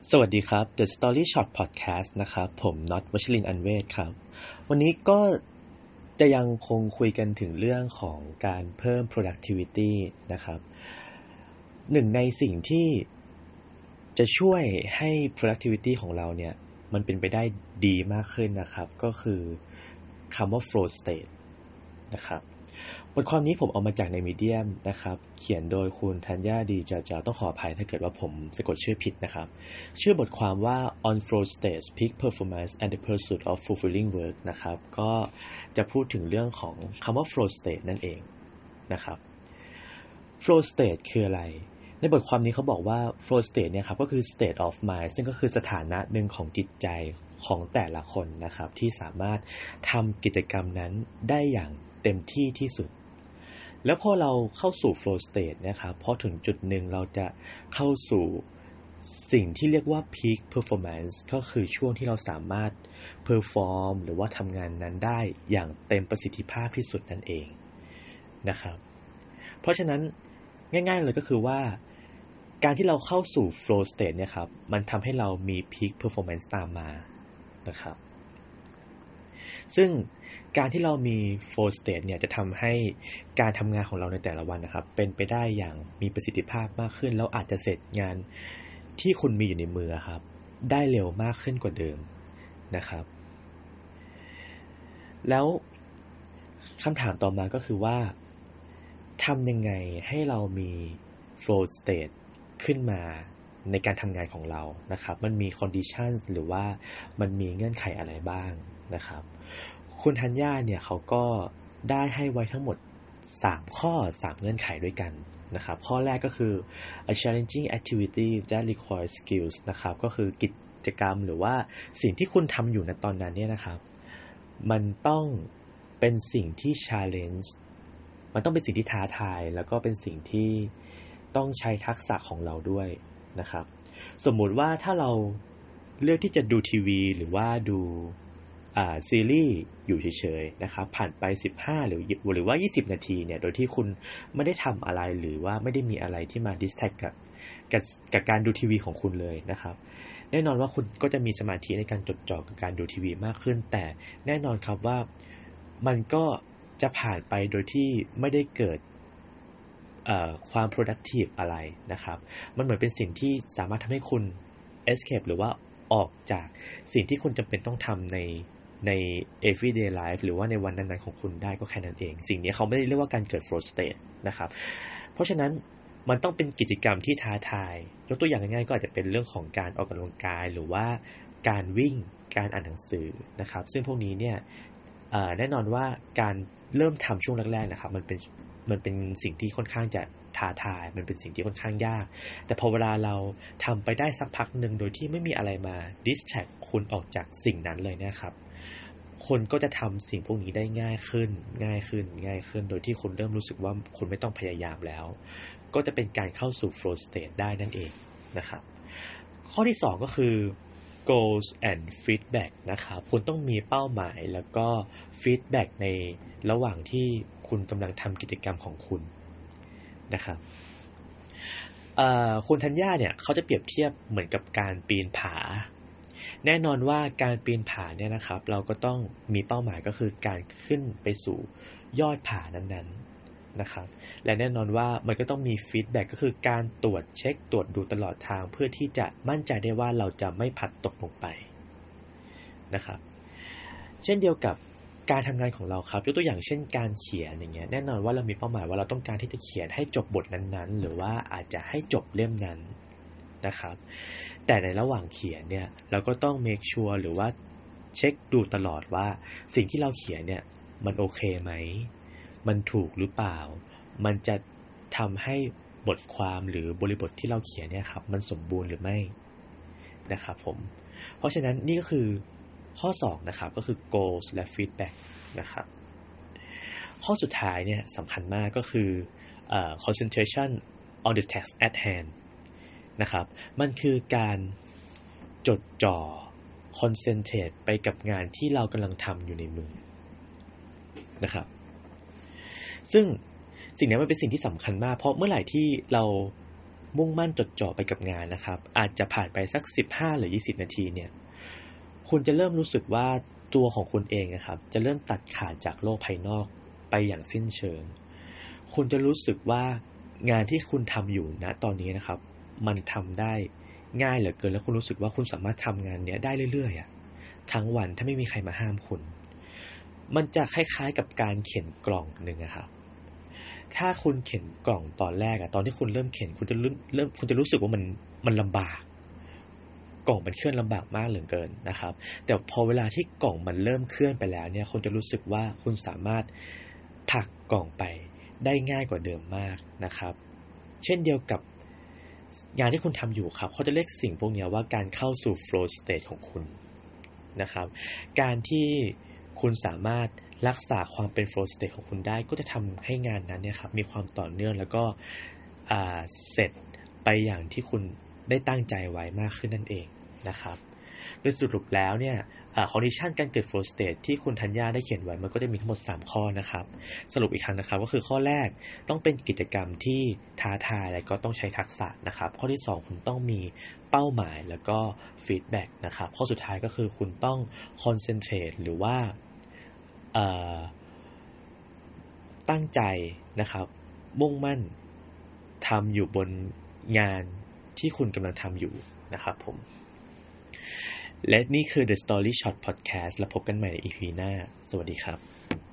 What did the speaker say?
สวัสดีครับ The Story Short Podcast นะครับผมน็อตวชรินทร์อันเวศครับวันนี้ก็จะยังคงคุยกันถึงเรื่องของการเพิ่ม productivity นะครับหนึ่งในสิ่งที่จะช่วยให้ productivity ของเราเนี่ยมันเป็นไปได้ดีมากขึ้นนะครับก็คือคำว่า flow state นะครับบทความนี้ผมเอามาจากใน Medium นะครับเขียนโดยคุณธัญญาดีจาจาต้องขออภัยถ้าเกิดว่าผมสะกดชื่อผิดนะครับชื่อบทความว่า On Flow States Peak Performance and the Pursuit of Fulfilling Work นะครับก็จะพูดถึงเรื่องของคำว่า flow state นั่นเองนะครับ flow state คืออะไรในบทความนี้เขาบอกว่า flow state เนี่ยครับก็คือ state of mind ซึ่งก็คือสถานะหนึ่งของจิตใจของแต่ละคนนะครับที่สามารถทำกิจกรรมนั้นได้อย่างเต็มที่ที่สุดแล้วพอเราเข้าสู่ flow state นะครับพอถึงจุดหนึ่งเราจะเข้าสู่สิ่งที่เรียกว่า peak performance ก็คือช่วงที่เราสามารถ perform หรือว่าทำงานนั้นได้อย่างเต็มประสิทธิภาพที่สุดนั่นเองนะครับเพราะฉะนั้นง่ายๆเลยก็คือว่าการที่เราเข้าสู่ flow state เนี่ยครับมันทำให้เรามี peak performance ตามมานะครับซึ่งการที่เรามี flow state เนี่ยจะทำให้การทำงานของเราในแต่ละวันนะครับเป็นไปได้อย่างมีประสิทธิภาพมากขึ้นแล้วอาจจะเสร็จงานที่คุณมีอยู่ในมือครับได้เร็วมากขึ้นกว่าเดิมนะครับแล้วคำถามต่อมาก็คือว่าทำยังไงให้เรามี flow state ขึ้นมาในการทำงานของเรานะครับมันมี conditions หรือว่ามันมีเงื่อนไขอะไรบ้างนะครับคุณธัญญาเนี่ยเขาก็ได้ให้ไว้ทั้งหมด3ข้อ3เงื่อนไขด้วยกันนะครับข้อแรกก็คือ a challenging activity that requires skills นะครับก็คือกิจกรรมหรือว่าสิ่งที่คุณทำอยู่ในตอนนั้นเนี่ยนะครับมันต้องเป็นสิ่งที่ challenge มันต้องเป็นสิ่งที่ท้าทายแล้วก็เป็นสิ่งที่ต้องใช้ทักษะของเราด้วยนะครับสมมุติว่าถ้าเราเลือกที่จะดูทีวีหรือว่าดูซีรีส์อยู่เฉยๆนะครับผ่านไป15หรือว่า20นาทีเนี่ยโดยที่คุณไม่ได้ทำอะไรหรือว่าไม่ได้มีอะไรที่มาดิสแทรกกับการดูทีวีของคุณเลยนะครับแน่นอนว่าคุณก็จะมีสมาธิในการจดจ่อกับการดูทีวีมากขึ้นแต่แน่นอนครับว่ามันก็จะผ่านไปโดยที่ไม่ได้เกิดความ productive อะไรนะครับมันเหมือนเป็นสิ่งที่สามารถทำให้คุณ escape หรือว่าออกจากสิ่งที่คุณจำเป็นต้องทำใน everyday life หรือว่าในวันนั้นๆของคุณได้ก็แค่นั้นเองสิ่งนี้เขาไม่ได้เรียกว่าการเกิด flow state นะครับเพราะฉะนั้นมันต้องเป็นกิจกรรมที่ท้าทายยกตัวอย่างง่ายๆก็อาจจะเป็นเรื่องของการออกกำลังกายหรือว่าการวิ่งการอ่านหนังสือนะครับซึ่งพวกนี้เนี่ยแน่นอนว่าการเริ่มทำช่วงแรกๆนะครับมันเป็นสิ่งที่ค่อนข้างจะท้าทายมันเป็นสิ่งที่ค่อนข้างยากแต่พอเวลาเราทำไปได้สักพักหนึ่งโดยที่ไม่มีอะไรมาดิสแทรกคุณออกจากสิ่งนั้นเลยนะครับคนก็จะทำสิ่งพวกนี้ได้ง่ายขึ้นโดยที่คุณเริ่มรู้สึกว่าคุณไม่ต้องพยายามแล้วก็จะเป็นการเข้าสู่ flow state ได้นั่นเองนะครับข้อที่2ก็คือ goals and feedback นะครับคุณต้องมีเป้าหมายแล้วก็ feedback ในระหว่างที่คุณกำลังทำกิจกรรมของคุณนะครับคุณธัญญาเนี่ยเขาจะเปรียบเทียบเหมือนกับการปีนผาแน่นอนว่าการปีนผาเนี่ยนะครับเราก็ต้องมีเป้าหมายก็คือการขึ้นไปสู่ยอดผานั้นๆนะครับและแน่นอนว่ามันก็ต้องมีฟีดแบ็กก็คือการตรวจเช็คตรวจดูตลอดทางเพื่อที่จะมั่นใจได้ว่าเราจะไม่พลัดตกลงไปนะครับเช่นเดียวกับการทำงานของเราครับยกตัวอย่างเช่นการเขียนอย่างเงี้ยแน่นอนว่าเรามีเป้าหมายว่าเราต้องการที่จะเขียนให้จบบทนั้นๆหรือว่าอาจจะให้จบเล่มนั้นนะครับแต่ในระหว่างเขียนเนี่ยเราก็ต้อง make sure หรือว่าเช็คดูตลอดว่าสิ่งที่เราเขียนเนี่ยมันโอเคไหมมันถูกหรือเปล่ามันจะทำให้บทความหรือบริบทที่เราเขียนเนี่ยครับมันสมบูรณ์หรือไม่นะครับผมเพราะฉะนั้นนี่ก็คือข้อ2นะครับก็คือ goals และ feedback นะครับข้อสุดท้ายเนี่ยสำคัญมากก็คือconcentration on the task at hand นะครับมันคือการจดจ่อ concentrate ไปกับงานที่เรากำลังทำอยู่ในมือนะครับซึ่งสิ่งนี้มันเป็นสิ่งที่สำคัญมากเพราะเมื่อไหร่ที่เรามุ่งมั่นจดจ่อไปกับงานนะครับอาจจะผ่านไปสัก15หรือ20นาทีเนี่ยคุณจะเริ่มรู้สึกว่าตัวของคุณเองนะครับจะเริ่มตัดขาดจากโลกภายนอกไปอย่างสิ้นเชิงคุณจะรู้สึกว่างานที่คุณทำอยู่ณตอนนี้นะครับมันทำได้ง่ายเหลือเกินแล้วคุณรู้สึกว่าคุณสามารถทำงานเนี้ยได้เรื่อยๆทั้งวันถ้าไม่มีใครมาห้ามคุณมันจะคล้ายๆกับการเขียนกล่องหนึ่งอะครับถ้าคุณเขียนกล่องตอนแรกอะตอนที่คุณเริ่มเขียนคุณจะคุณจะรู้สึกว่ามันลำบากกล่องมันเคลื่อนลำบากมากเหลือเกินนะครับแต่พอเวลาที่กล่องมันเริ่มเคลื่อนไปแล้วเนี่ยคุณจะรู้สึกว่าคุณสามารถผลักกล่องไปได้ง่ายกว่าเดิมมากนะครับเช่นเดียวกับงานที่คุณทำอยู่ครับเขาจะเรียกสิ่งพวกนี้ว่าการเข้าสู่ flow state ของคุณนะครับการที่คุณสามารถรักษาความเป็น flow state ของคุณได้ก็จะทำให้งานนั้นเนี่ยครับมีความต่อเนื่องแล้วก็เสร็จไปอย่างที่คุณได้ตั้งใจไว้มากขึ้นนั่นเองนะครับโดยสรุปแล้วเนี่ยcondition การเกิด flow state ที่คุณธัญญาได้เขียนไว้มันก็จะมีทั้งหมด3ข้อนะครับสรุปอีกครั้งนะครับก็คือข้อแรกต้องเป็นกิจกรรมที่ท้าทายและก็ต้องใช้ทักษะนะครับข้อที่2คุณต้องมีเป้าหมายแล้วก็ feedback นะครับข้อสุดท้ายก็คือคุณต้อง concentrate หรือว่าตั้งใจนะครับมุ่งมั่นทำอยู่บนงานที่คุณกำลังทำอยู่นะครับผมและนี่คือ The Story Shot Podcast แล้วพบกันใหม่ใน EP หน้าสวัสดีครับ